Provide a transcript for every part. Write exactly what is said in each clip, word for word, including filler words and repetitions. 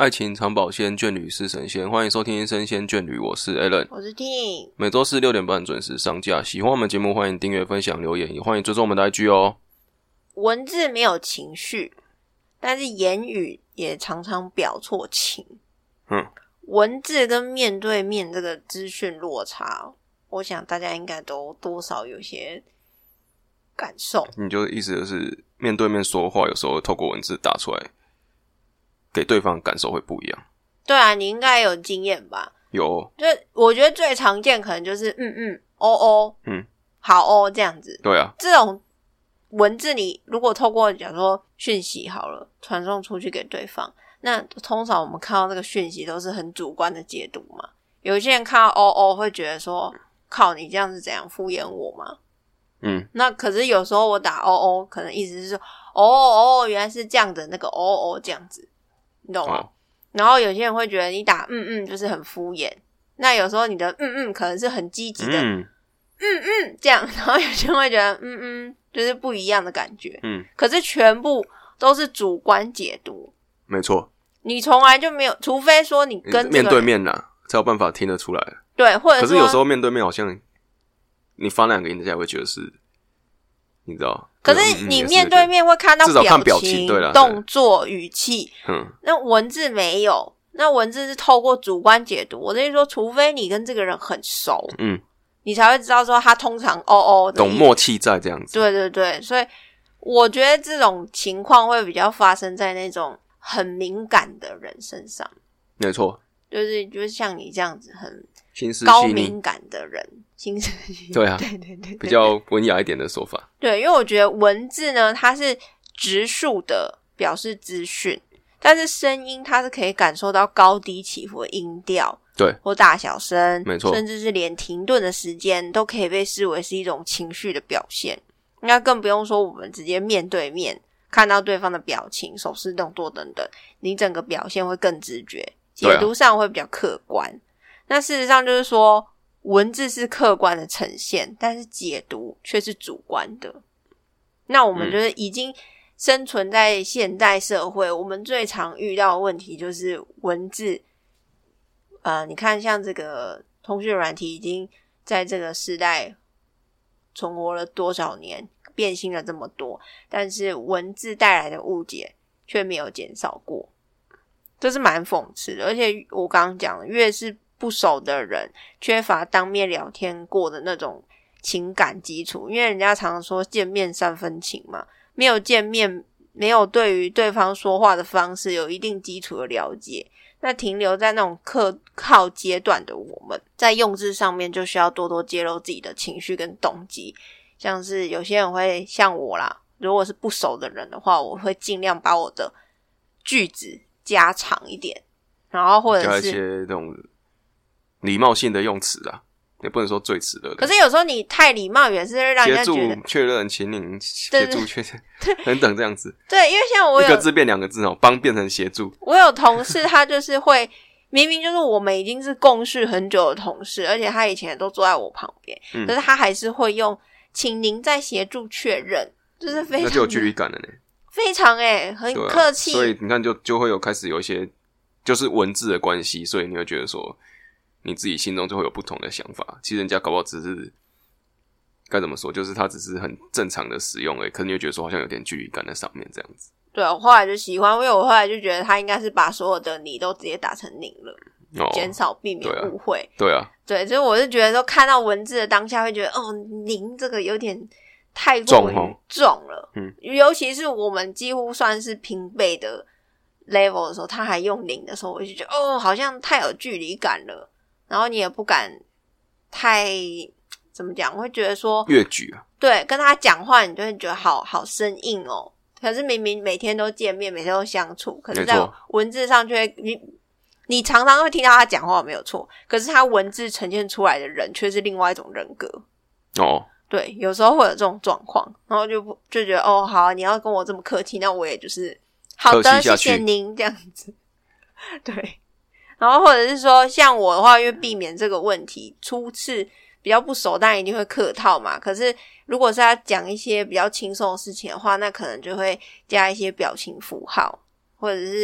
爱情长保鲜，眷侣是神仙。欢迎收听生鲜眷侣，我是 Alan， 我是 Ting。 每周四六点半准时上架。喜欢我们节目，欢迎订阅、分享、留言，也欢迎追踪我们的 I G 哦。 文字没有情绪，但是言语也常常表错情。 嗯， 文字跟面对面这个资讯落差，我想大家应该都多少有些感受。 你就意思就是面对面说话，有时候透过文字打出来，给对方感受会不一样。 对啊，你应该有经验吧？ 有， 就我觉得最常见可能就是嗯嗯哦哦嗯好哦这样子。 对啊， 这种文字你如果透过假如说讯息好了传送出去给对方，那通常我们看到这个讯息都是很主观的解读嘛。有些人看到哦哦会觉得说靠你这样是怎样敷衍我吗？ 嗯， 那可是有时候我打哦哦可能意思是说哦哦原来是这样的那个哦哦这样子，你懂吗？哦，然后有些人会觉得你打嗯嗯就是很敷衍，那有时候你的嗯嗯可能是很积极的嗯嗯嗯这样，然后有些人会觉得嗯嗯就是不一样的感觉。嗯，可是全部都是主观解读。没错， 你从来就没有，除非说你跟这个面对面啦才有办法听得出来。 对，或者说可是有时候面对面好像你发两个音，人家会觉得是你知道， 可是你面对面会看到表情，至少看表情对啦， 动作语气， 嗯， 那文字没有，那文字是透过主观解读。我的意思说除非你跟这个人很熟，嗯，你才会知道说他通常哦哦的懂默契在这样子。 对对对，所以我觉得这种情况会比较发生在那种很敏感的人身上。 没错， 就是就是像你这样子很心思高敏感的人，心思细腻， 对啊， 对对 对, 对， 比较文雅一点的说法。 对，因为我觉得文字呢，它是直述的表示资讯，但是声音它是可以感受到高低起伏的音调， 对， 或大小声， 没错， 甚至是连停顿的时间都可以被视为是一种情绪的表现。那更不用说我们直接面对面看到对方的表情、手势动作等等，你整个表现会更直觉，解读上会比较客观。啊，那事实上就是说文字是客观的呈现，但是解读却是主观的。那我们就是已经生存在现代社会，嗯，我们最常遇到的问题就是文字呃，你看像这个通讯软体已经在这个时代存活了多少年，变新了这么多，但是文字带来的误解却没有减少过，这是蛮讽刺的。而且我刚刚讲的，越是不熟的人缺乏当面聊天过的那种情感基础，因为人家常常说见面三分情嘛，没有见面，没有对于对方说话的方式有一定基础的了解，那停留在那种客靠阶段的我们，在用字上面就需要多多揭露自己的情绪跟动机。像是有些人会像我啦，如果是不熟的人的话，我会尽量把我的句子加长一点，然后或者是加一些那种礼貌性的用词啊，也不能说最词的。 可是有时候你太礼貌也是会让人家觉得协助确认，请您协助确认等等这样子。 对，因为像我有一个字变两个字哦，帮变成协助。 我有同事他就是会明明就是我们已经是共事很久的同事，而且他以前都坐在我旁边，嗯，可是他还是会用请您再协助确认，就是非常那就有距离感了呢， 非常诶、欸、很客气， 啊，所以你看就就会有开始有一些就是文字的关系，所以你会觉得说你自己心中就会有不同的想法。其实人家搞不好只是该怎么说，就是他只是很正常的使用而已，可是你会觉得说好像有点距离感在上面这样子。 对，我后来就喜欢，因为我后来就觉得他应该是把所有的你都直接打成您了，哦，减少避免误会。 对啊， 对，所以我是觉得说看到文字的当下会觉得哦，您这个有点太过于重了，嗯，尤其是我们几乎算是平辈的 level 的时候，他还用您的时候，我就觉得哦，好像太有距离感了，然后你也不敢太怎么讲，我会觉得说越矩啊， 对，跟他讲话你就会觉得好好生硬哦。可是明明每天都见面，每天都相处，可是在文字上就会你你常常会听到他讲话没有错，可是他文字呈现出来的人却是另外一种人格哦。 对，有时候会有这种状况，然后就就觉得哦，好啊，你要跟我这么客气，那我也就是好的，谢谢您这样子。对，然后或者是说像我的话，因为避免这个问题，初次比较不熟，当然一定会客套嘛。可是如果是要讲一些比较轻松的事情的话，那可能就会加一些表情符号，或者是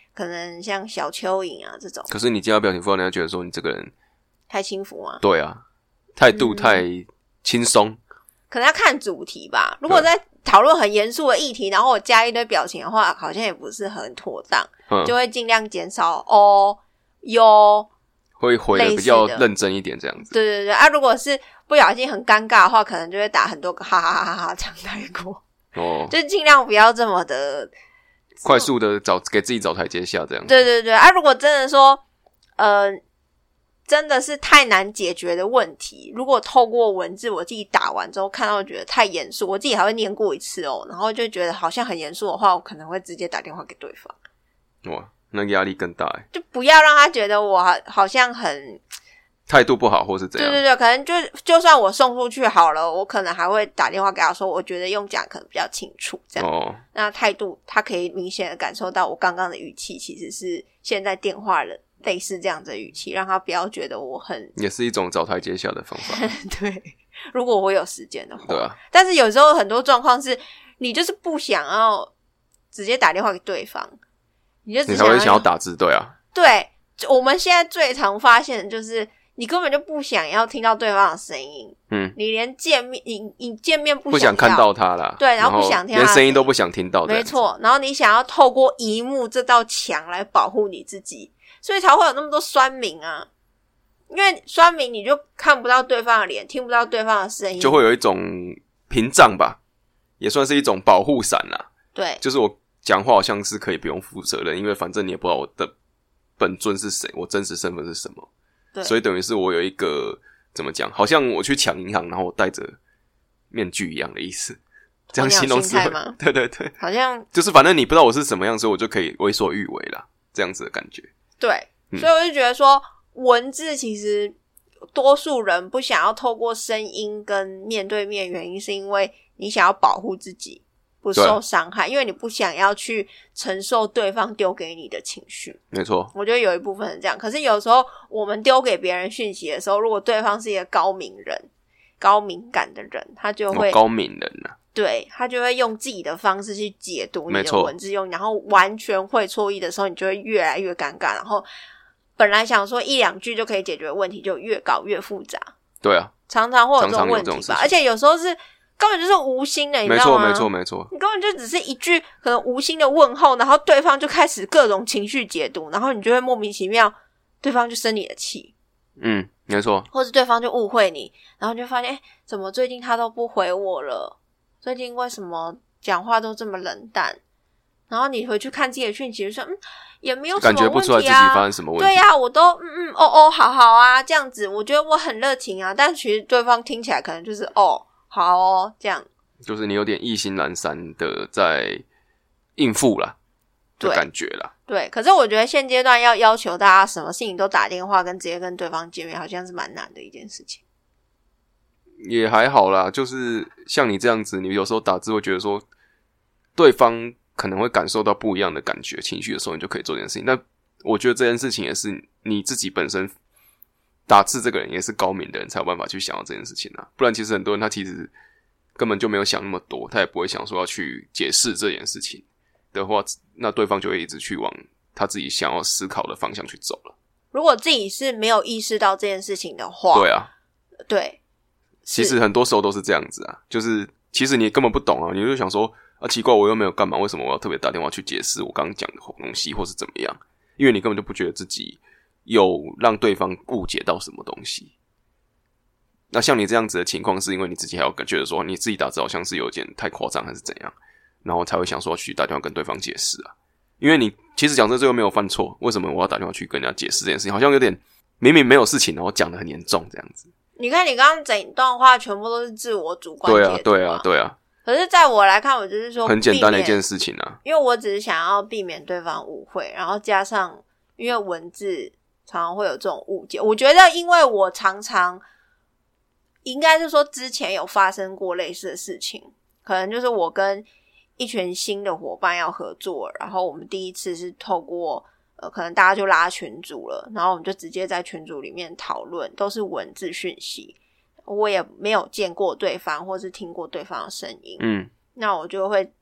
可能像小蚯蚓啊这种。 可是你接到表情符号，人家觉得说你这个人太轻浮吗？ 对啊，态度太轻松、嗯。 可能要看主题吧。如果在讨论很严肃的议题，然后我加一堆表情的话，好像也不是很妥当，嗯、就会尽量减少哦哟， 会回的比较认真一点这样子。 对对对啊，如果是不小心很尴尬的话，可能就会打很多个哈哈哈哈哈这样带过。哦，就尽量不要这么的快速的找给自己找台阶下这样。 对对对啊，如果真的说呃真的是太难解决的问题，如果透过文字我自己打完之后看到觉得太严肃，我自己还会念过一次哦，然后就觉得好像很严肃的话，我可能会直接打电话给对方。 哇，那个压力更大耶。 就不要让他觉得我好像很态度不好或是怎样。 对对对，可能就就算我送出去好了，我可能还会打电话给他说我觉得用讲可能比较清楚这样。哦，那态度他可以明显的感受到我刚刚的语气其实是现在电话了类似这样的语气，让他不要觉得我很也是一种找台阶下的方法。 对，如果我有时间的话。 对啊， 但是有时候很多状况是你就是不想要直接打电话给对方，你就只想要你才会想要打字。对啊， 对，我们现在最常发现的就是你根本就不想要听到对方的声音，嗯，你连见面你你见面不想不想看到他啦， 对，然后不想听他的声音， 连声音都不想听到， 没错，然后你想要透过萤幕这道墙来保护你自己，所以才会有那么多酸民啊，因为酸民你就看不到对方的脸，听不到对方的声音， 就会有一种屏障吧，也算是一种保护伞啦。 对， 就是我讲话好像是可以不用负责任，因为反正你也不知道我的本尊是谁，我真实身份是什么，对，所以等于是我有一个怎么讲，好像我去抢银行，然后我戴着面具一样的意思。这样形容词汇吗？对对对， 好像就是反正你不知道我是什么样，所以我就可以为所欲为啦，这样子的感觉。 对，嗯、所以我就觉得说，文字其实多数人不想要透过声音跟面对面，原因是因为你想要保护自己不受伤害，因为你不想要去承受对方丢给你的情绪。 没错， 我觉得有一部分是这样。可是有时候我们丢给别人讯息的时候，如果对方是一个高敏人、高敏感的人，他就会、 哦、高敏人啊。 对，他就会用自己的方式去解读你的文字用，然后完全会错意的时候，你就会越来越尴尬，然后本来想说一两句就可以解决问题，就越搞越复杂。 对啊， 常常会有这种问题吧，而且有时候是根本就是无心的，你知道吗？ 没错没错没错， 你根本就只是一句可能无心的问候，然后对方就开始各种情绪解读，然后你就会莫名其妙，对方就生你的气。 嗯，没错， 或是对方就误会你，然后就发现，哎，怎么最近他都不回我了？最近为什么讲话都这么冷淡？然后你回去看自己的讯息，就说，嗯，也没有什么问题啊， 感觉不出来自己发生什么问题。 对呀、啊，我都嗯嗯哦哦，好好啊，这样子，我觉得我很热情啊，但其实对方听起来可能就是哦，好哦，这样。 就是你有点意兴阑珊的在应付啦，的感觉啦。 对，可是我觉得现阶段要要求大家什么事情都打电话跟直接跟对方见面，好像是蛮难的一件事情。 也还好啦，就是像你这样子，你有时候打字会觉得说，对方可能会感受到不一样的感觉、情绪的时候，你就可以做这件事情。但我觉得这件事情也是你自己本身打字这个人也是高敏的人才有办法去想到这件事情啊。不然其实很多人他其实根本就没有想那么多，他也不会想说要去解释这件事情的话，那对方就会一直去往他自己想要思考的方向去走了。 如果自己是没有意识到这件事情的话， 对啊， 对。 其实很多时候都是这样子啊，就是其实你根本不懂啊，你就想说啊，奇怪，我又没有干嘛，为什么我要特别打电话去解释我刚刚讲的东西，或是怎么样？因为你根本就不觉得自己有让对方误解到什么东西。那像你这样子的情况，是因为你自己还有觉得说你自己打字好像是有点太夸张，还是怎样，然后才会想说去打电话跟对方解释啊。因为你其实讲这最后没有犯错，为什么我要打电话去跟人家解释这件事情？好像有点明明没有事情，然后讲得很严重这样子。 你看你刚刚整段话全部都是自我主观解读， 对啊对啊对啊。 可是在我来看，我就是说很简单的一件事情啊， 因为我只是想要避免对方误会，然后加上因为文字常常会有这种误解，我觉得因为我常常应该是说之前有发生过类似的事情，可能就是我跟一群新的伙伴要合作，然后我们第一次是透过呃，可能大家就拉群组了，然后我们就直接在群组里面讨论，都是文字讯息，我也没有见过对方或是听过对方的声音，嗯，那我就会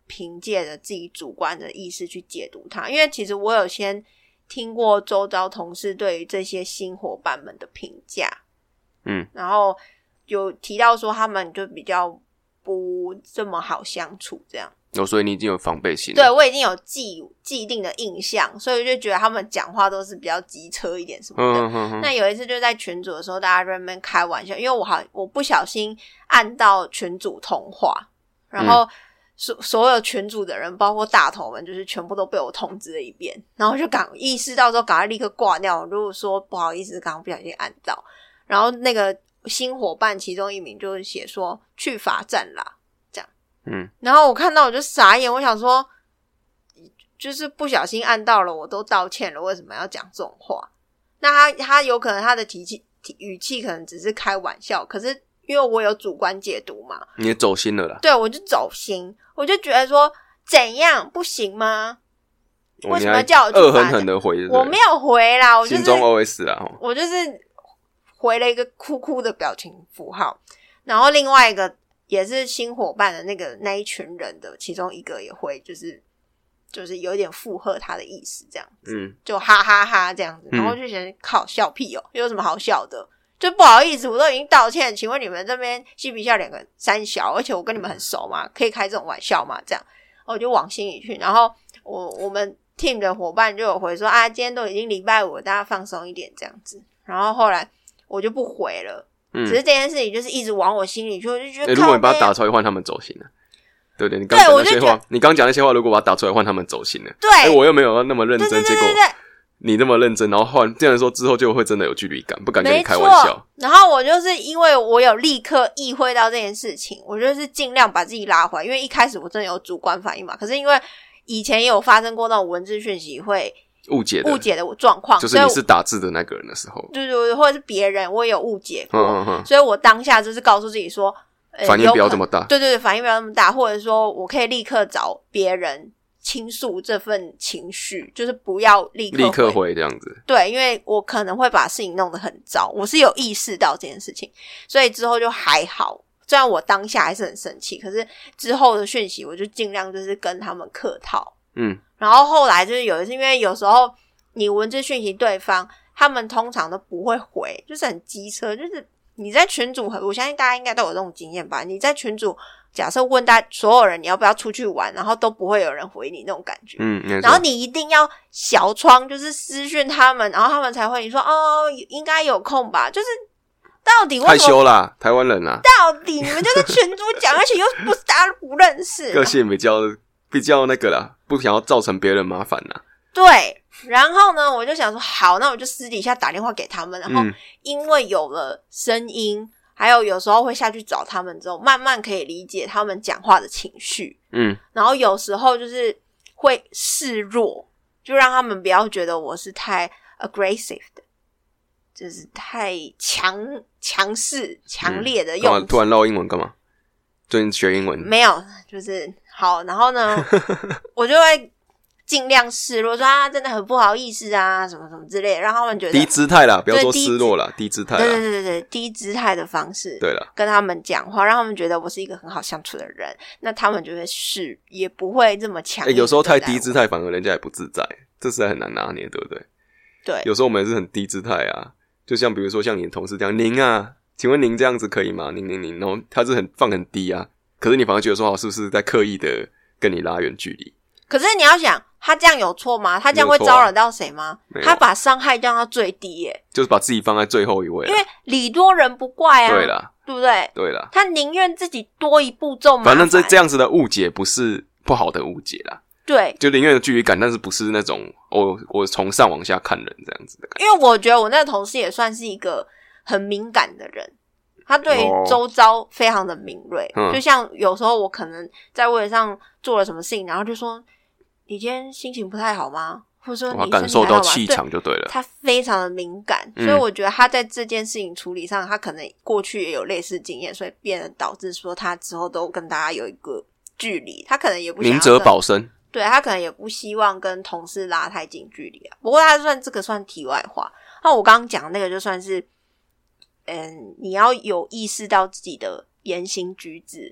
凭借着自己主观的意识去解读它。因为其实我有先听过周遭同事对于这些新伙伴们的评价， 嗯， 然后有提到说他们就比较不这么好相处这样。 哦，所以你已经有防备心了。 对，我已经有既既定的印象，所以就觉得他们讲话都是比较机车一点什么的。 嗯哼哼， 那有一次就在群组的时候，大家在那边开玩笑，因为我好我不小心按到群组通话，然后所、嗯、所有群组的人，包括大头们，就是全部都被我通知了一遍，然后就赶意识到之后，赶快立刻挂掉。如果说不好意思，刚刚不小心按到，然后那个新伙伴其中一名就写说去罚站啦。 嗯， 然后我看到我就傻眼，我想说，就是不小心按到了，我都道歉了，为什么要讲这种话？那他他有可能他的体气语气可能只是开玩笑，可是因为我有主观解读嘛， 你也走心了啦。 对，我就走心，我就觉得说怎样不行吗？ 哦、 为什么叫我去恶狠狠的回？ 我没有回啦，我就是心中 O S 啦， 我就是回了一个哭哭的表情符号，然后另外一个。也是新伙伴的那个那一群人的其中一个也会就是就是有点附和他的意思这样子，嗯，就哈哈哈这样子，然后就觉得靠笑屁哦，有什么好笑的？就不好意思，我都已经道歉，请问你们这边嬉皮笑两个三小，而且我跟你们很熟嘛，可以开这种玩笑吗？这样，我就往心里去。然后我我们 team 的伙伴就有回说啊，今天都已经礼拜五了，大家放松一点这样子。然后后来我就不回了。嗯、只是这件事情就是一直往我心里去，我就觉得、欸、 如果你把它打出来换他们走心了，对对，你刚讲那些话，你刚讲那些话，如果把它打出来换他们走心了， 对， 哎、欸，我又没有那么认真， 对对对对对， 结果你那么认真，然后换这样说之后，就会真的有距离感，不敢跟你开玩笑。 然后我就是因为我有立刻意会到这件事情，我就是尽量把自己拉回来，因为一开始我真的有主观反应嘛，可是因为以前也有发生过那种文字讯息会。 误解的误解的状况， 就是你是打字的那个人的时候， 对对对，或者是别人，我也有误解过， 嗯嗯嗯， 所以我当下就是告诉自己说，呃、 反应不要这么大， 对对对，反应不要这么大，或者说我可以立刻找别人倾诉这份情绪，就是不要立刻立刻回这样子， 对，因为我可能会把事情弄得很糟，我是有意识到这件事情，所以之后就还好。虽然我当下还是很生气，可是之后的讯息我就尽量就是跟他们客套。 嗯， 然后后来就是有一次，因为有时候你文字讯息对方，他们通常都不会回，就是很机车，就是你在群组，我相信大家应该都有这种经验吧？你在群组，假设问大家所有人你要不要出去玩，然后都不会有人回你那种感觉， 嗯， 然后你一定要小窗，就是私讯他们，然后他们才会你说哦，应该有空吧？就是到底为什么害羞啦，台湾人啦， 到底你们就在群组讲，而且又不是大家都不认识， 个性比较。比较那个啦，不想要造成别人麻烦啦。 对，然后呢，我就想说，好，那我就私底下打电话给他们，然后因为有了声音，还有有时候会下去找他们之后，慢慢可以理解他们讲话的情绪。嗯，然后有时候就是会示弱，就让他们不要觉得我是太 aggressive 的，就是太强强势、强烈的用、 嗯。突然唠英文干嘛？最近学英文？ 没有，就是。好，然后呢，我就会尽量示弱，说啊，真的很不好意思啊，什么什么之类的，让他们觉得低姿态啦，不要说示弱啦，低姿态。 对对对对对，低姿态的方式， 对啦， 跟他们讲话，让他们觉得我是一个很好相处的人，那他们就会是也不会这么强。 欸，有时候太低姿态，反而人家也不自在，这实在很难拿捏，对不对？ 对， 有时候我们也是很低姿态啊，就像比如说像你的同事这样，您啊，请问您这样子可以吗？您您您，然后他是很放很低啊。可是你反而觉得说，是不是在刻意的跟你拉远距离？ 可是你要想，他这样有错吗？他这样会招惹到谁吗？他把伤害降到最低耶， 就是把自己放在最后一位。 因为礼多人不怪啊， 对啦， 对不对？ 对啦， 他宁愿自己多一步骤麻烦。 反正这这样子的误解不是不好的误解啦。 对， 就宁愿有距离感，但是不是那种我我从上往下看人这样子的感觉。 因为我觉得我那个同事也算是一个很敏感的人。他对于周遭非常的敏锐，哦，就像有时候我可能在位置上做了什么事情，然后就说你今天心情不太好吗？或者说你感受到气场就对了。 他非常的敏感，嗯，所以我觉得他在这件事情处理上，他可能过去也有类似经验，所以变得导致说他之后都跟大家有一个距离。他可能也不想要明哲保身， 对，他可能也不希望跟同事拉太近距离啊。不过他算这个算题外话。那我刚刚讲的那个就算是。嗯，你要有意识到自己的言行举止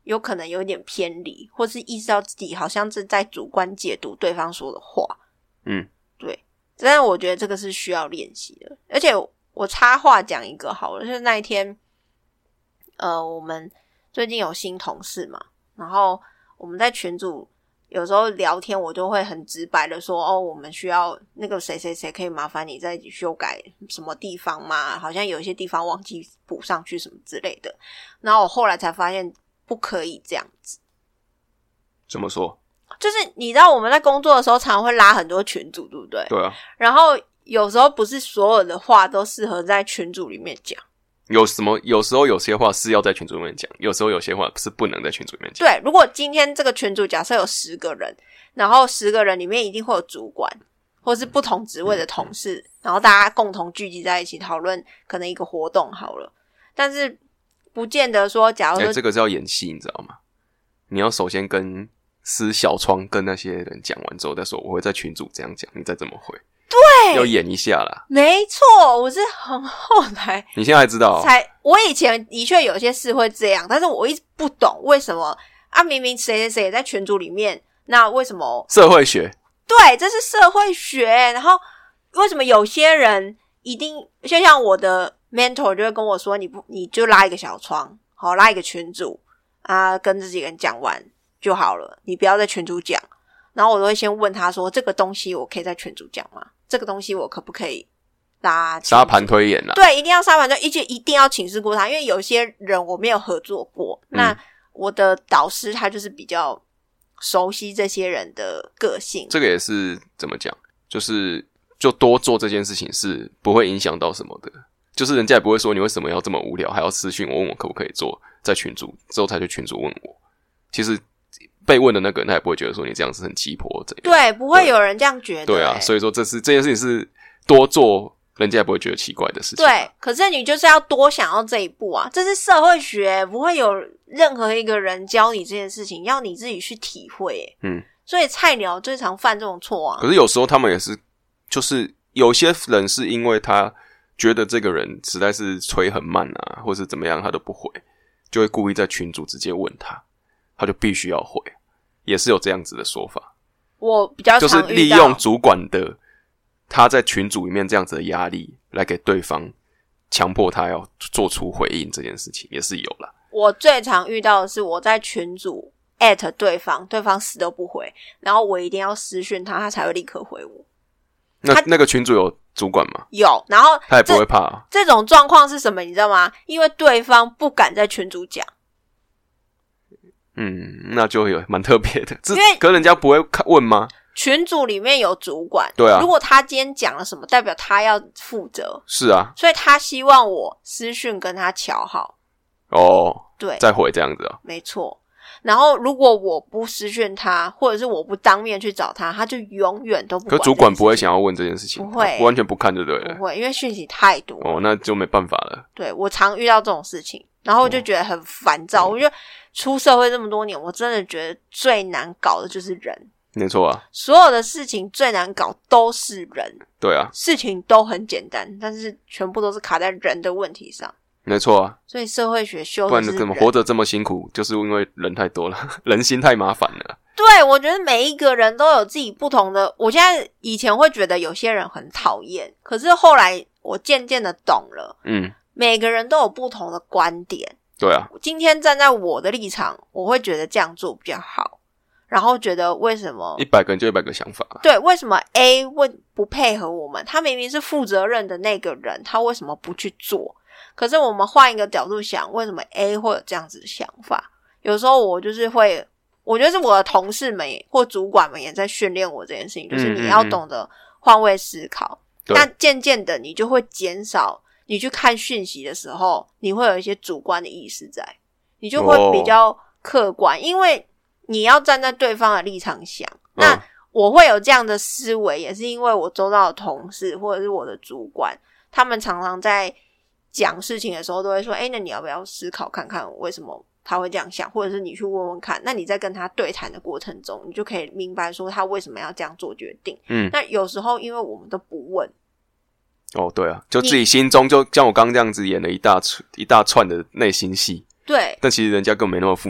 有可能有一点偏离，或是意识到自己好像是在主观解读对方说的话。 嗯， 对，但是我觉得这个是需要练习的。而且我插话讲一个好了，就是那一天呃我们最近有新同事嘛，然后我们在群组有时候聊天，我就会很直白的说，哦，我们需要那个谁谁谁可以麻烦你再修改什么地方吗？好像有一些地方忘记补上去什么之类的。然后我后来才发现不可以这样子。 怎么说？ 就是你知道我们在工作的时候常常会拉很多群组，对不对？ 对啊。 然后有时候不是所有的话都适合在群组里面讲。 有什么？有时候有些话是要在群组里面讲，有时候有些话是不能在群组里面讲。 对，如果今天这个群组假设有十个人，然后十个人里面一定会有主管或是不同职位的同事，嗯嗯、然后大家共同聚集在一起讨论可能一个活动好了，但是不见得说假如说、 欸、这个是要演戏你知道吗？你要首先跟撕小窗跟那些人讲完之后再说我会在群组这样讲，你再这么回。 对， 要演一下啦。 没错，我是很后来你现在还知道、哦、 才我以前的确有些事会这样，但是我一直不懂为什么啊，明明谁谁谁也在群组里面，那为什么社会学？ 对，这是社会学。然后为什么有些人一定就像我的 mentor 就会跟我说，你不你就拉一个小窗，好，拉一个群组啊，跟这几个人讲完就好了，你不要在群组讲。然后我都会先问他说，这个东西我可以在群组讲吗？这个东西我可不可以拉沙盘推演啦？ 对，一定要沙盘推，而且一定要请示过他，因为有些人我没有合作过，嗯、那我的导师他就是比较熟悉这些人的个性。 这个也是怎么讲，就是就多做这件事情是不会影响到什么的，就是人家也不会说你为什么要这么无聊还要私讯我问我可不可以做，在群组之后才去群组问我，其实被问的那个人他也不会觉得说你这样是很鸡婆怎样， 对，不会有人这样觉得、欸、 对啊，所以说这是这件事情是多做人家也不会觉得奇怪的事情、啊、 对，可是你就是要多想要这一步啊，这是社会学，不会有任何一个人教你这件事情，要你自己去体会、欸、嗯，所以菜鸟最常犯这种错啊。 可是有时候他们也是就是有些人是因为他觉得这个人实在是催很慢啊或是怎么样他都不回，就会故意在群组直接问他，他就必须要回，也是有这样子的说法。 我比较常遇到就是利用主管的他在群组里面这样子的压力来给对方强迫他要做出回应，这件事情也是有啦。 我最常遇到的是我在群组 at 对方，对方死都不回，然后我一定要私讯他，他才会立刻回我。 那那个群组有主管吗？ 有，然后他也不会怕、啊、 这种状况是什么你知道吗？因为对方不敢在群组讲。 嗯，那就有蛮特别的，因为可人家不会问吗？ 群组里面有主管， 对啊， 如果他今天讲了什么，代表他要负责， 是啊， 所以他希望我私讯跟他瞧好， 哦， 对， 再回这样子啊， 没错。然后如果我不私讯他，或者是我不当面去找他，他就永远都不管。 可主管不会想要问这件事情， 不会， 完全不看就对了， 不会，因为讯息太多了， 哦，那就没办法了。 对，我常遇到这种事情，然后我就觉得很烦躁。哦、我觉得出社会这么多年，我真的觉得最难搞的就是人。 没错啊， 所有的事情最难搞都是人。 对啊， 事情都很简单，但是全部都是卡在人的问题上。 没错啊， 所以社会学修不的是人， 然怎么活着这么辛苦，就是因为人太多了，人心太麻烦了。 对，我觉得每一个人都有自己不同的。我现在以前会觉得有些人很讨厌，可是后来我渐渐的懂了，嗯，每个人都有不同的观点。 对啊， 今天站在我的立场，我会觉得这样做比较好，然后觉得为什么一百个人就一百个想法， 对，为什么 A 为不配合我们？他明明是负责任的那个人，他为什么不去做？可是我们换一个角度想，为什么 A 会有这样子的想法？有时候我就是会，我觉得是我的同事们或主管们也在训练我这件事情，就是你要懂得换位思考。嗯嗯嗯，那渐渐的你就会减少你去看讯息的时候，你会有一些主观的意识在，你就会比较客观，哦，因为你要站在对方的立场想。那，嗯，我会有这样的思维，也是因为我周遭的同事或者是我的主管，他们常常在讲事情的时候都会说，诶，那你要不要思考看看为什么他会这样想，或者是你去问问看，那你在跟他对谈的过程中，你就可以明白说他为什么要这样做决定。嗯，那有时候因为我们都不问， 哦，对啊，就自己心中就像我刚刚这样子演了一大串一大串的内心戏， 对， 但其实人家根本没那么复杂。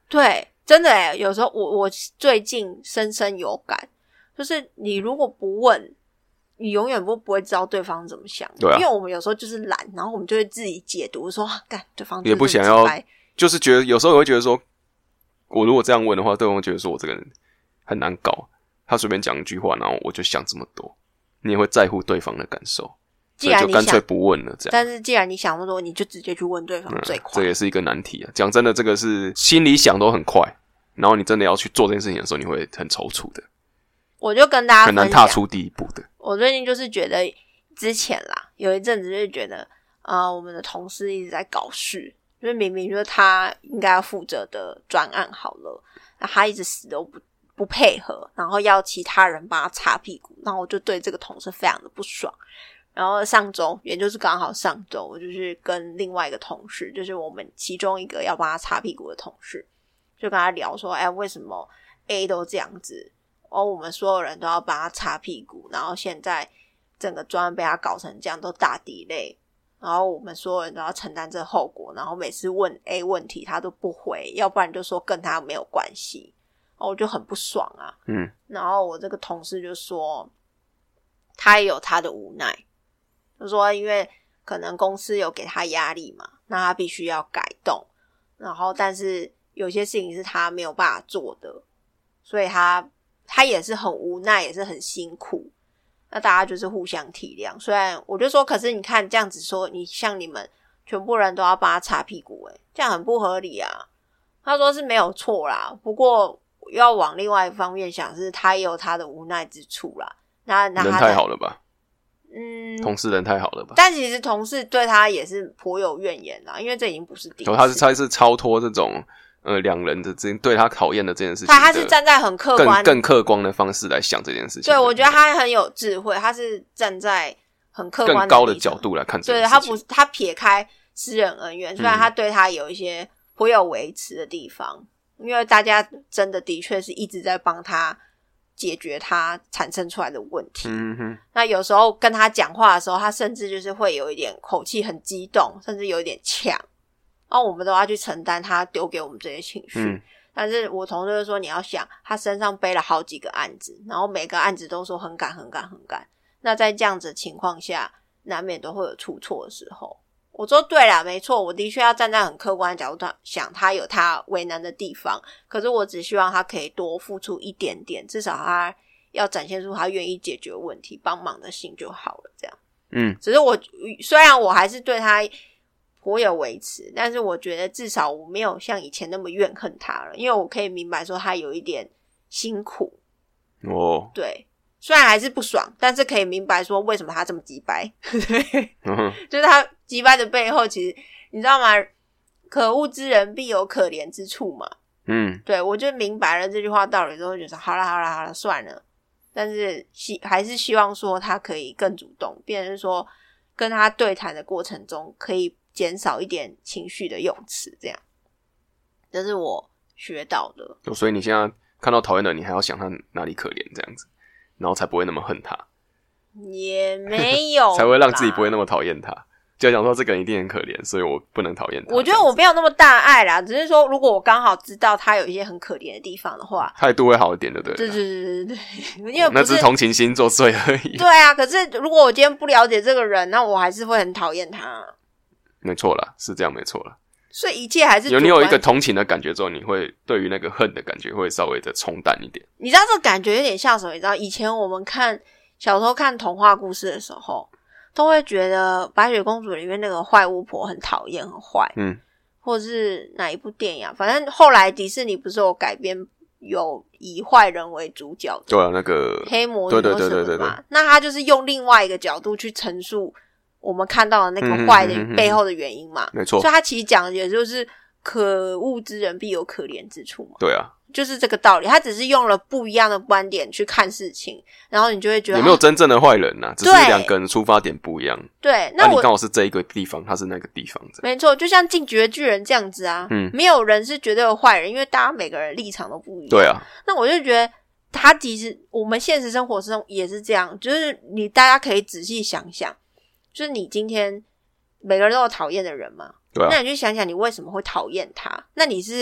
对，真的耶，有时候我我最近深深有感，就是你如果不问，你永远不不会知道对方怎么想的。 对啊， 因为我们有时候就是懒，然后我们就会自己解读说，干、啊、对方也不想要，就是觉得有时候也会觉得说，我如果这样问的话，对方会觉得说我这个人很难搞，他随便讲一句话，然后我就想这么多，你也会在乎对方的感受， 既然你所以就干脆不问了这样。 但是既然你想那么多，你就直接去问对方最快、 嗯、这也是一个难题啊。讲真的，这个是心里想都很快，然后你真的要去做这件事情的时候，你会很踌躇的。 我就跟大家很难踏出第一步的。 我最近就是觉得，之前啦，有一阵子就是觉得，呃，我们的同事一直在搞事，就是明明就是他应该要负责的专案好了，那他一直死都不不配合，然后要其他人帮他擦屁股，然后我就对这个同事非常的不爽。然后上周，也就是刚好上周，我就是跟另外一个同事，就是我们其中一个要帮他擦屁股的同事，就跟他聊说，哎，为什么 A 都这样子？哦，我们所有人都要帮他擦屁股，然后现在整个专案被他搞成这样，都大delay，然后我们所有人都要承担这个后果，然后每次问 A 问题他都不回，要不然就说跟他没有关系，然后我就很不爽啊。 嗯， 然后我这个同事就说，他也有他的无奈，就说因为可能公司有给他压力嘛，那他必须要改动，然后但是有些事情是他没有办法做的，所以他他也是很无奈，也是很辛苦，那大家就是互相体谅。虽然我就说，可是你看这样子说，你像你们全部人都要帮他擦屁股，诶这样很不合理啊。他说是没有错啦，不过要往另外一方面想，是他也有他的无奈之处啦。那那他人太好了吧？ 嗯， 同事人太好了吧？ 但其实同事对他也是颇有怨言啦，因为这已经不是第一次。 他是他是超脱这种呃两人的这对他讨厌的这件事情， 他他是站在很客观、 更更客观的方式来想这件事情。 对，我觉得他很有智慧，他是站在很客观的更高的角度来看这件事情。 对，他不他撇开私人恩怨，虽然他对他有一些颇有维持的地方，嗯、因为大家真的的确是一直在帮他解决他产生出来的问题。 嗯哼， 那有时候跟他讲话的时候，他甚至就是会有一点口气很激动，甚至有一点呛，然后我们都要去承担他丢给我们这些情绪。嗯，但是我同事就说，你要想他身上背了好几个案子，然后每个案子都说很赶很赶很赶，那在这样子的情况下，难免都会有出错的时候。我说对啦，没错，我的确要站在很客观的角度想他有他为难的地方，可是我只希望他可以多付出一点点，至少他要展现出他愿意解决问题帮忙的心就好了，这样。 嗯， 只是我虽然我还是对他颇有维持，但是我觉得至少我没有像以前那么怨恨他了，因为我可以明白说他有一点辛苦。 哦， 对，虽然还是不爽，但是可以明白说为什么他这么鸡掰。对、 嗯， 就是他鸡掰的背后，其实你知道吗？可恶之人必有可怜之处嘛。 嗯， 对，我就明白了这句话道理之后，就说好啦好啦好啦，算了。但是希还是希望说他可以更主动，变成说跟他对谈的过程中可以减少一点情绪的用词，这样。这是我学到的。 所以你现在看到讨厌的人，你还要想他哪里可怜这样子，然后才不会那么恨他。 也没有才会让自己不会那么讨厌他，就想说这个人一定很可怜，所以我不能讨厌他。 我觉得我没有那么大爱啦，只是说如果我刚好知道他有一些很可怜的地方的话， 态度会好一点的，对。 对对对对对，因为不是、哦、 那只是同情心作祟而已。 对啊，可是如果我今天不了解这个人，那我还是会很讨厌他。 没错啦，是这样没错啦。 所以一切还是有你有一个同情的感觉之后，你会对于那个恨的感觉会稍微的冲淡一点。 你知道这个感觉有点像什么？你知道以前我们看小时候看童话故事的时候，都会觉得白雪公主里面那个坏巫婆很讨厌很坏， 嗯， 或者是哪一部电影啊？反正后来迪士尼不是有改编有以坏人为主角的， 对啊，那个黑魔女或什么嘛， 对对对对对对， 那他就是用另外一个角度去陈述我们看到的那个坏的背后的原因嘛， 嗯嗯嗯嗯没错。 所以他其实讲的也就是可恶之人必有可怜之处嘛。 对啊， 就是这个道理。他只是用了不一样的观点去看事情，然后你就会觉得也没有真正的坏人呐、啊，只是两个人出发点不一样。 对，那我、 啊、你刚好是这一个地方，他是那个地方。 没错，就像进击的巨人这样子啊，嗯，没有人是绝对的坏人，因为大家每个人立场都不一样。 对啊， 那我就觉得。他其实我们现实生活中也是这样，就是你大家可以仔细想想，就是你今天每个人都有讨厌的人嘛， 对啊， 那你就想想你为什么会讨厌他，那你是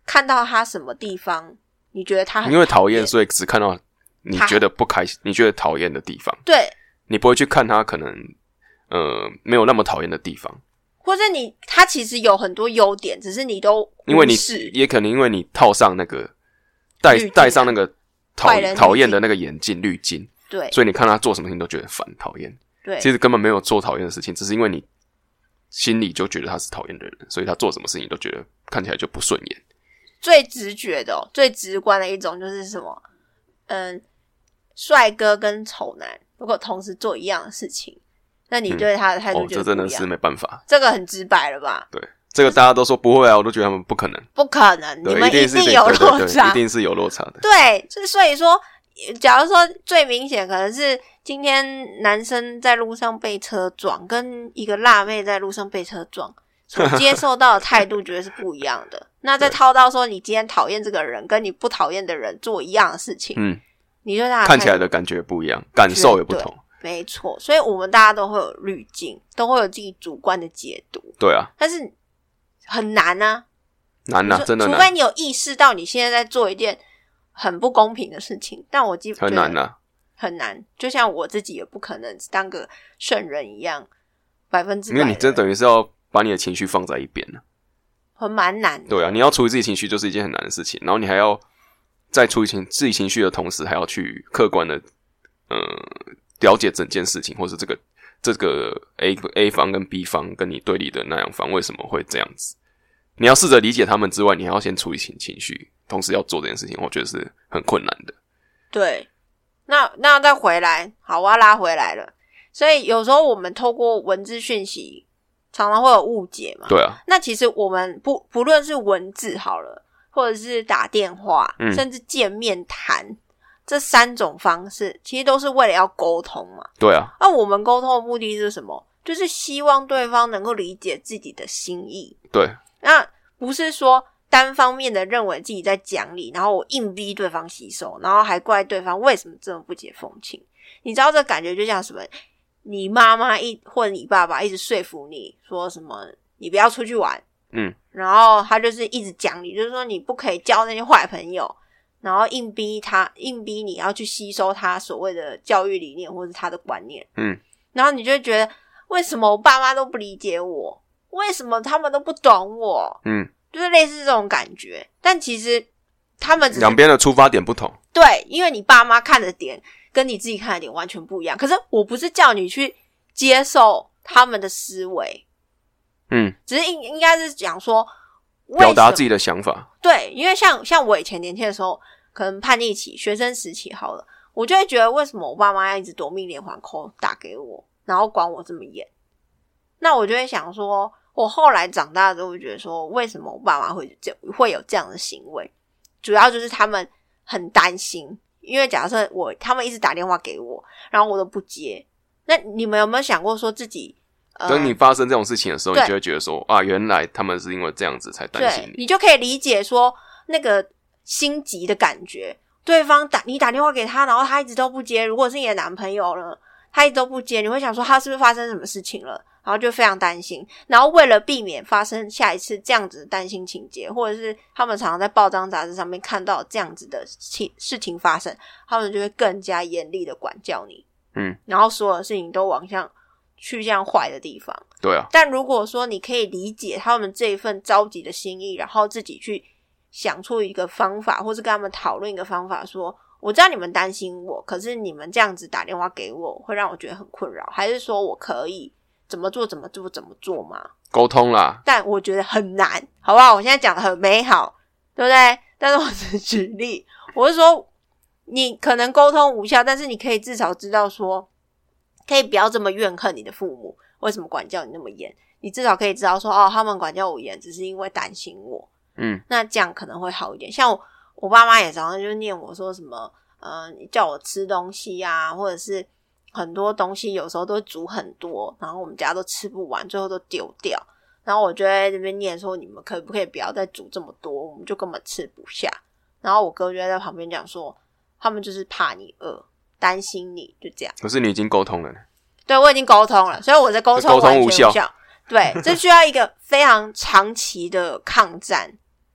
看到他什么地方你觉得他很因为讨厌，所以只看到你觉得不开心你觉得讨厌的地方， 对， 你不会去看他可能呃没有那么讨厌的地方， 或者你他其实有很多优点，只是你都因为你也可能因为你套上那个戴戴上那个讨讨厌的那个眼镜滤镜， 对， 所以你看他做什么事情都觉得烦讨厌， 对， 其实根本没有做讨厌的事情，只是因为你心里就觉得他是讨厌的人，所以他做什么事情都觉得看起来就不顺眼。 最直觉的、哦、最直观的一种就是什么？嗯，帅哥跟丑男如果同时做一样的事情，那你对他的态度就、嗯、哦， 这真的是没办法， 这个很直白了吧？ 对，这个大家都说不会啊，我都觉得他们不可能， 不可能，你们一定有落差， 对对对，一定是有落差的。 对，所以说，假如说最明显可能是今天男生在路上被车撞，跟一个辣妹在路上被车撞，所接受到的态度绝对是不一样的。那再套到说，你今天讨厌这个人，跟你不讨厌的人做一样的事情，嗯，你对他的看起来的感觉不一样，感受也不同。 没错，所以我们大家都会有滤镜，都会有自己主观的解读。 对啊， 但是很难啊， 难啊，真的难。 除非你有意识到你现在在做一件很不公平的事情，但我基本很难啊， 很难。就像我自己也不可能当个圣人一样，百分之百。 因为你这等于是要把你的情绪放在一边了， 很蛮难的。 对啊，你要处理自己情绪就是一件很难的事情，然后你还要在处理情自己情绪的同时，还要去客观的呃了解整件事情，或是这个这个 A A 方跟 B 方跟你对立的那两方为什么会这样子。你要试着理解他们之外，你还要先处理情情绪，同时要做这件事情，我觉得是很困难的。 对，那那再回来，好，我要拉回来了。所以有时候我们透过文字讯息，常常会有误解嘛。 对啊。 那其实我们不不论是文字好了，或者是打电话，嗯、甚至见面谈，这三种方式，其实都是为了要沟通嘛。 对啊。 那我们沟通的目的是什么？就是希望对方能够理解自己的心意。 对。 那不是说单方面的认为自己在讲理，然后我硬逼对方吸收，然后还怪对方为什么这么不解风情。你知道这感觉就像什么？你妈妈一或者你爸爸一直说服你说什么你不要出去玩，嗯，然后他就是一直讲理，就是说你不可以交那些坏朋友，然后硬逼他硬逼你要去吸收他所谓的教育理念或者他的观念，嗯，然后你就会觉得为什么我爸妈都不理解我，为什么他们都不懂我，嗯，就是类似这种感觉。但其实他们只是两边的出发点不同， 对，因为你爸妈看的点跟你自己看的点完全不一样。可是我不是叫你去接受他们的思维，嗯，只是应应该是讲说表达自己的想法。 对，因为像像我以前年轻的时候，可能叛逆期、学生时期好了，我就会觉得为什么我爸妈要一直夺命连环 call 打给我，然后管我这么严？那我就会想说，我后来长大之后，会觉得说，为什么我爸妈会这会有这样的行为？主要就是他们很担心，因为假设我他们一直打电话给我，然后我都不接，那你们有没有想过说自己？呃、 等你发生这种事情的时候，你就会觉得说啊，原来他们是因为这样子才担心你。 你就可以理解说那个心急的感觉。对方打你打电话给他，然后他一直都不接。如果是你的男朋友了，他一直都不接，你会想说他是不是发生什么事情了？然后就非常担心。然后为了避免发生下一次这样子的担心情节，或者是他们常常在报章杂志上面看到这样子的事情发生，他们就会更加严厉的管教你。嗯，然后所有的事情都往向去向坏的地方。 对啊。 但如果说你可以理解他们这一份着急的心意，然后自己去想出一个方法，或是跟他们讨论一个方法，说我知道你们担心我，可是你们这样子打电话给我会让我觉得很困扰，还是说我可以怎么做怎么做怎么做嘛？ 沟通啦。 但我觉得很难，好不好？我现在讲的很美好，对不对？但是我只是举例，我是说你可能沟通无效，但是你可以至少知道说可以不要这么怨恨你的父母为什么管教你那么严，你至少可以知道说哦，他们管教我严只是因为担心我，嗯，那这样可能会好一点。像我我爸妈也常常就念我说什么呃，你叫我吃东西啊，或者是很多东西有时候都煮很多，然后我们家都吃不完，最后都丢掉，然后我就在这边念说你们可不可以不要再煮这么多，我们就根本吃不下。然后我哥就在旁边讲说他们就是怕你饿，担心你，就这样。 可是你已经沟通了呢。 对，我已经沟通了，所以我的沟通完全无效。 沟通无效。 对，这需要一个非常长期的抗战，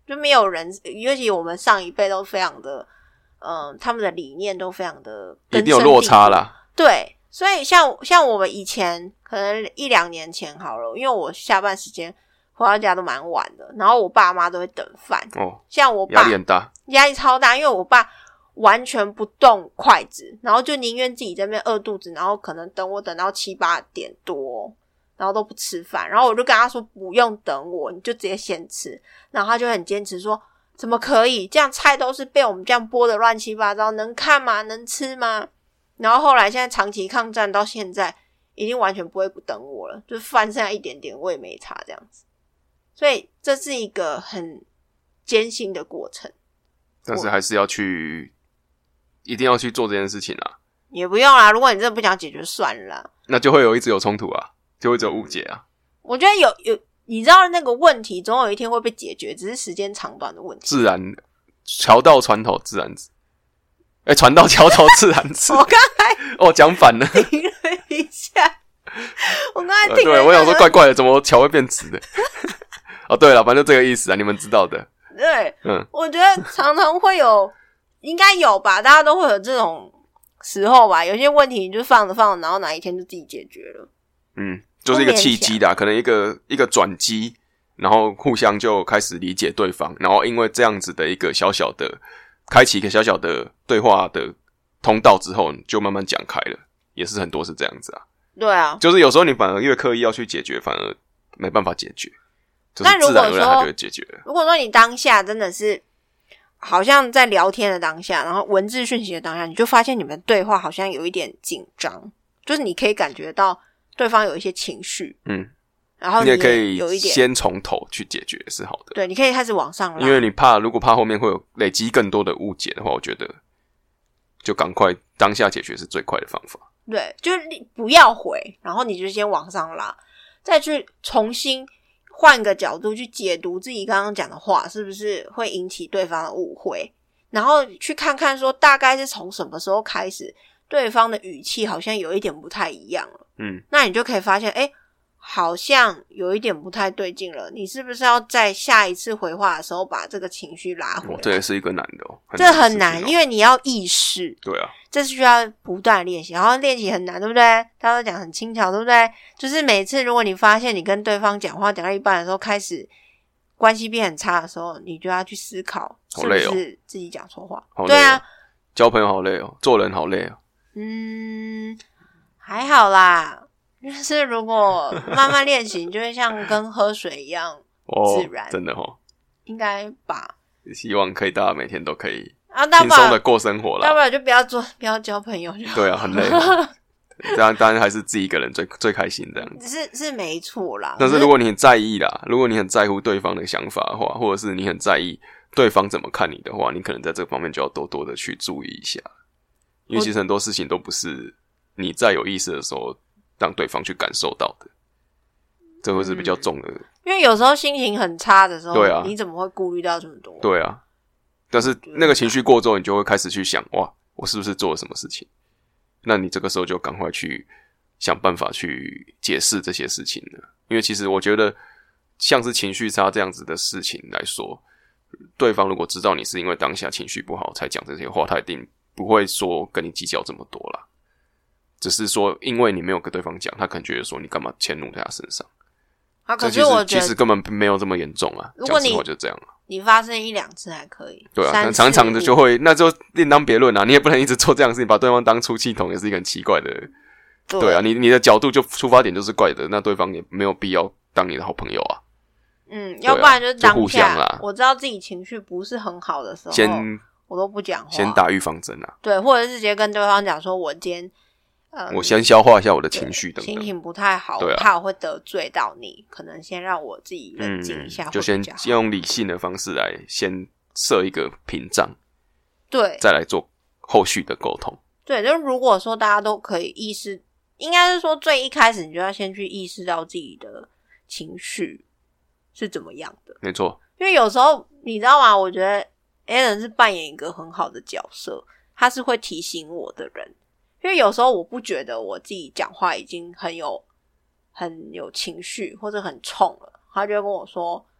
就没有人，尤其我们上一辈都非常的，嗯、呃，他们的理念都非常的一定有落差啦。 对，所以像像我们以前可能一两年前好了，因为我下班时间回到家都蛮晚的，然后我爸妈都会等饭。 哦， 像我爸压力很大， 压力超大，因为我爸完全不动筷子，然后就宁愿自己在那边饿肚子，然后可能等我等到七八点多，然后都不吃饭，然后我就跟他说不用等我，你就直接先吃，然后他就很坚持说怎么可以，这样菜都是被我们这样剥的乱七八糟，能看吗？能吃吗？然后后来现在长期抗战到现在，已经完全不会不等我了，就是饭剩下一点点我也没差这样子，所以这是一个很艰辛的过程， 但是还是要去，一定要去做这件事情啊。 也不用啦，如果你真的不想解决算了啦， 那就会有一直有冲突啊，就会一直有误解啊。 我觉得有有，你知道那个问题总有一天会被解决，只是时间长短的问题。 自然桥到船头自然直，哎，船到桥头自然直。 我刚才哦讲反了， 停了一下，我刚才停了一下、 呃。对，我想说怪怪的，怎么桥会变直的？哦，对了，反正这个意思啊，你们知道的。 对， 嗯， 我觉得常常会有，应该有吧，大家都会有这种时候吧。有些问题你就放着放着，然后哪一天就自己解决了。 嗯，就是一个契机的、啊，可能一个一个转机，然后互相就开始理解对方，然后因为这样子的一个小小的开启一个小小的对话的通道之后，就慢慢讲开了，也是很多是这样子啊。 对啊， 就是有时候你反而越刻意要去解决，反而没办法解决，就是自然而然它就会解决了。 如果说你当下真的是好像在聊天的当下，然后文字讯息的当下，你就发现你们对话好像有一点紧张，就是你可以感觉到对方有一些情绪， 嗯， 然后你, 你也可以有一点先从头去解决是好的。 对，你可以开始往上拉， 因为你怕如果怕后面会有累积更多的误解的话，我觉得就赶快当下解决是最快的方法。 对，就是你不要回，然后你就先往上拉，再去重新换个角度去解读自己刚刚讲的话，是不是会引起对方的误会，然后去看看说大概是从什么时候开始对方的语气好像有一点不太一样了。 嗯， 那你就可以发现诶好像有一点不太对劲了，你是不是要在下一次回话的时候把这个情绪拉回来？ 哦、这也是一个难的哦，很这很难， 哦、 因为你要意识。 对啊， 这是需要不断练习，然后练习很难，对不对？大家都讲很轻巧，对不对？就是每次如果你发现你跟对方讲话讲到一半的时候，开始关系变很差的时候，你就要去思考是不是自己讲错话。 好累哦、 对啊， 交朋友好累哦，做人好累哦。 嗯，还好啦。就是如果慢慢练习，你就会像跟喝水一样自然， 哦、真的哦， 应该吧？ 希望可以大家每天都可以啊， 轻松的过生活啦。 要不然就不要做，不要交朋友就好。 对啊，很累、哦。这样当然还是自己一个人最最开心这样子。 是是没错啦。 但是如果你很在意啦，如果你很在乎对方的想法的话，或者是你很在意对方怎么看你的话，你可能在这方面就要多多的去注意一下，因为其实很多事情都不是你在有意识的时候让对方去感受到的，这会是比较重的、嗯。 因为有时候心情很差的时候， 对啊， 你怎么会顾虑到这么多？ 对啊，但是那个情绪过之后，你就会开始去想，哇，我是不是做了什么事情？那你这个时候就赶快去想办法去解释这些事情了。因为其实我觉得，像是情绪差这样子的事情来说，对方如果知道你是因为当下情绪不好才讲这些话，他一定不会说跟你计较这么多啦。只是说，因为你没有跟对方讲，他可能觉得说你干嘛迁怒在他身上。 啊，可是我觉得其实根本没有这么严重啊。 如果你讲实话就这样啊， 你发生一两次还可以， 对啊，但常常的就会，那就另当别论啊。你也不能一直做这样的事情，把对方当出气筒，也是一个很奇怪的。对, 对啊，你你的角度就出发点就是怪的，那对方也没有必要当你的好朋友啊。 嗯，要不然就是当下就互相啦， 我知道自己情绪不是很好的时候， 先我都不讲话， 先打预防针啊。 对，或者是直接跟对方讲说，我今天。 嗯、我先消化一下我的情绪等等， 心情不太好， 对啊、 我怕我会得罪到你，可能先让我自己冷静一下、 嗯，就先用理性的方式来先设一个屏障， 对， 再来做后续的沟通。 对，就如果说大家都可以意识，应该是说最一开始你就要先去意识到自己的情绪是怎么样的， 没错。 因为有时候你知道吗？我觉得 Alan 是扮演一个很好的角色，他是会提醒我的人。因为有时候我不觉得我自己讲话已经很有很有情绪或者很冲了，他就会跟我说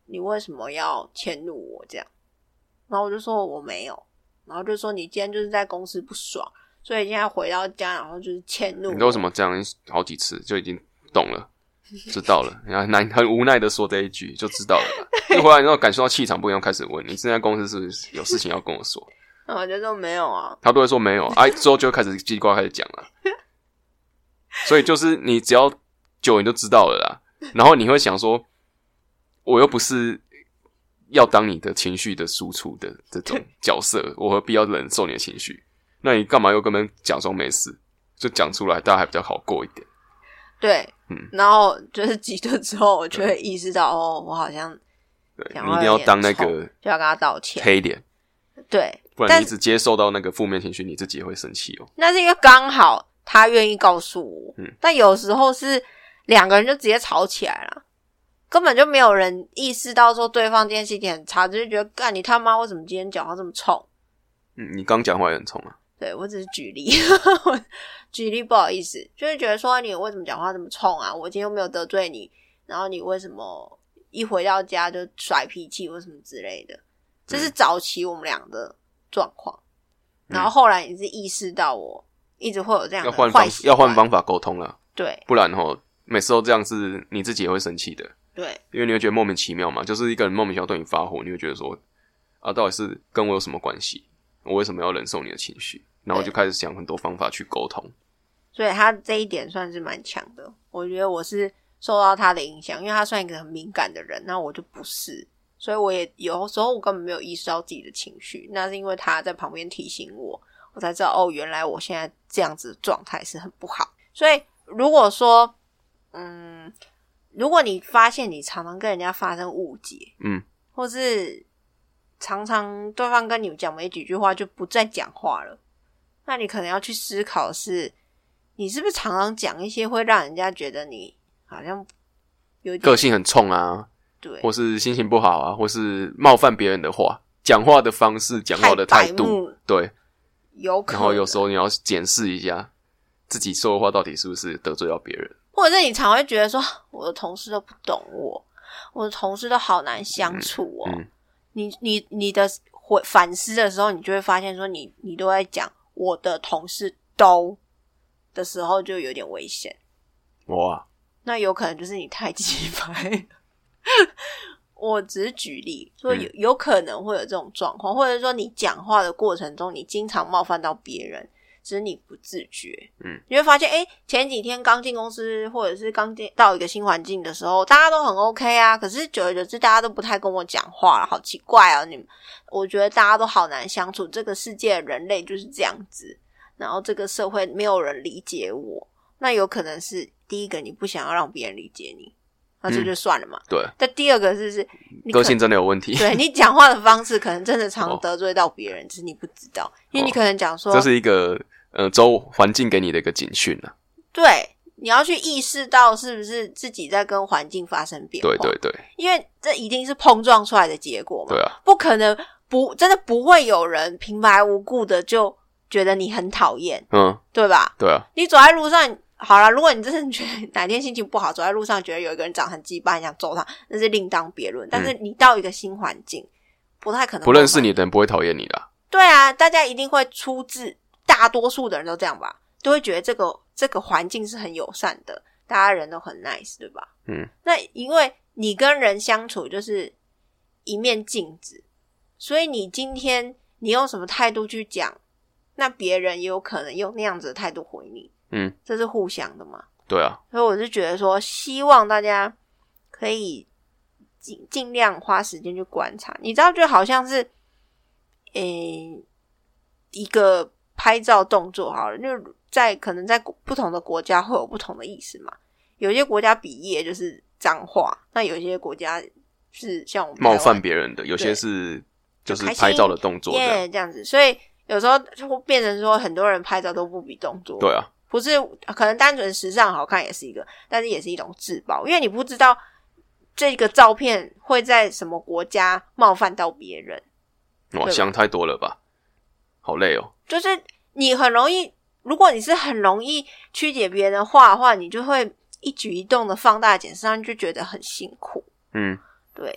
你为什么要迁怒我这样？然后我就说我没有，然后就说你今天就是在公司不爽，所以现在回到家然后就是迁怒我。 你为什么这样好几次就已经懂了，知道了，然后很无奈的说这一句就知道了啦。一回来然后感受到气场不一样，开始问你现在公司是不是有事情要跟我说？ 那我就说没有啊， 他都会说没有，哎、啊，之后就开始叽里呱啦开始讲了。所以就是你只要久你就知道了啦，然后你会想说，我又不是要当你的情绪的输出的这种角色，我何必要忍受你的情绪？那你干嘛又根本假装没事？就讲出来，大家还比较好过一点。 对， 嗯， 然后就是急了之后，我就会意识到，哦，我好像对你一定要当那个就要跟他道歉， 黑脸， 对， 不然你一直接受到那个负面情绪，你自己也会生气哦。 那是因为刚好他愿意告诉我， 嗯， 但有时候是两个人就直接吵起来了，根本就没有人意识到说对方今天心情很差，就是觉得干你他妈为什么今天讲话这么冲？ 嗯，你刚讲话也很冲啊。 对，我只是举例举例不好意思，就是觉得说你为什么讲话这么冲啊，我今天又没有得罪你，然后你为什么一回到家就甩脾气或什么之类的，这是早期我们俩的状况、嗯、然后后来你是意识到我一直会有这样的坏习惯， 要换方法沟通了， 对， 不然齁每次都这样是你自己也会生气的， 对， 因为你会觉得莫名其妙嘛，就是一个人莫名其妙对你发火，你会觉得说啊，到底是跟我有什么关系？我为什么要忍受你的情绪？然后就开始想很多方法去沟通。 所以他这一点算是蛮强的，我觉得我是受到他的影响，因为他算一个很敏感的人，那我就不是，所以我也有时候我根本没有意识到自己的情绪，那是因为他在旁边提醒我，我才知道哦，原来我现在这样子的状态是很不好。所以如果说嗯，如果你发现你常常跟人家发生误解，嗯，或是常常对方跟你讲没几句话就不再讲话了，那你可能要去思考的是你是不是常常讲一些会让人家觉得你好像有点个性很冲啊， 对， 或是心情不好啊，或是冒犯别人的话，讲话的方式，讲话的态度，对， 有可能。 然后有时候你要检视一下自己说的话到底是不是得罪到别人， 或者是你常会觉得说我的同事都不懂我，我的同事都好难相处哦。嗯嗯、你你你的反思的时候，你就会发现说你你都在讲我的同事都的时候就有点危险。 哇， 那有可能就是你太鸡掰。我只是举例说有有可能会有这种状况，或者说你讲话的过程中你经常冒犯到别人，只是你不自觉。嗯，你会发现诶前几天刚进公司或者是刚到一个新环境的时候大家都很 OK 啊，可是久而久之大家都不太跟我讲话了，好奇怪啊，你我觉得大家都好难相处，这个世界的人类就是这样子，然后这个社会没有人理解我，那有可能是第一个你不想要让别人理解你，那这就算了嘛、嗯、对。但第二个是是你个性真的有问题， 对，你讲话的方式可能真的常得罪到别人、哦、只是你不知道，因为你可能讲说、 哦、这是一个呃周环境给你的一个警讯啊， 对，你要去意识到是不是自己在跟环境发生变化， 对对对， 因为这一定是碰撞出来的结果嘛， 对啊， 不可能不真的不会有人平白无故的就觉得你很讨厌，嗯，对吧？ 对啊， 你走在路上好啦，如果你真的觉得哪天心情不好，走在路上觉得有一个人长很鸡巴，你想揍他，那是另当别论。但是你到一个新环境，不太可能。 不认识你的人不会讨厌你啦。 对啊，大家一定会出自大多数的人都这样吧，都会觉得这个这个环境是很友善的，大家人都很 nice， 对吧？嗯。那因为你跟人相处就是一面镜子，所以你今天你用什么态度去讲，那别人也有可能用那样子的态度回你。嗯，这是互相的嘛？ 对啊， 所以我是觉得说，希望大家可以尽尽量花时间去观察。你知道，就好像是，诶、欸，一个拍照动作好了，就在可能在不同的国家会有不同的意思嘛。有些国家比耶就是脏话，那有些国家是像我们冒犯别人的，有些是就是拍照的动作耶、yeah, 这样子，所以有时候就会变成说，很多人拍照都不比动作。 对啊。 不是可能单纯时尚好看也是一个，但是也是一种自保，因为你不知道这个照片会在什么国家冒犯到别人。 哇，想太多了吧，好累哦。 就是你很容易，如果你是很容易曲解别人的话的话，你就会一举一动的放大检视上，就觉得很辛苦。嗯，对。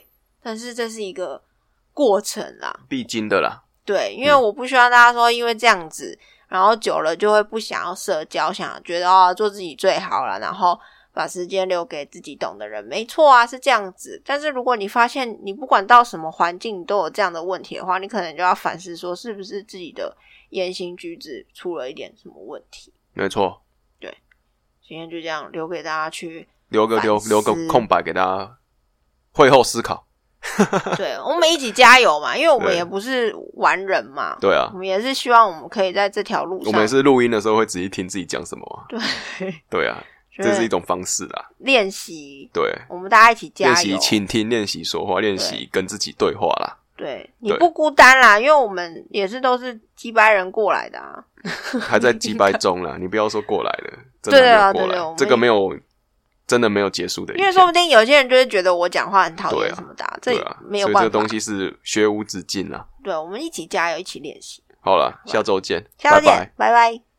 但是这是一个过程啦， 必经的啦。 对，因为我不希望大家说因为这样子，然后久了就会不想要社交，想觉得哦做自己最好了，然后把时间留给自己懂的人。没错啊，是这样子。但是如果你发现你不管到什么环境你都有这样的问题的话，你可能就要反思说是不是自己的言行举止出了一点什么问题。 没错， 对，今天就这样留给大家去留个留留个空白给大家会后思考。 对，我们一起加油嘛，因为我们也不是完人嘛。 对啊， 我们也是希望我们可以在这条路上， 我们也是录音的时候会仔细听自己讲什么啊。 对对啊，这是一种方式啦， 练习。 对， 我们大家一起加油， 练习倾听，练习说话，练习跟自己对话啦。 对，你不孤单啦，因为我们也是都是鸡掰人过来的啊， 还在鸡掰中啦，你不要说过来了，真的没有过来， 对啊对对， 这个没有。真的没有结束的一天， 因为说不定有些人就会觉得我讲话很讨厌什么的、啊，这没有办法。 所以这个东西是学无止境啊。 对，我们一起加油，一起练习。 好了，下周见， 下周见， 拜拜。 拜拜。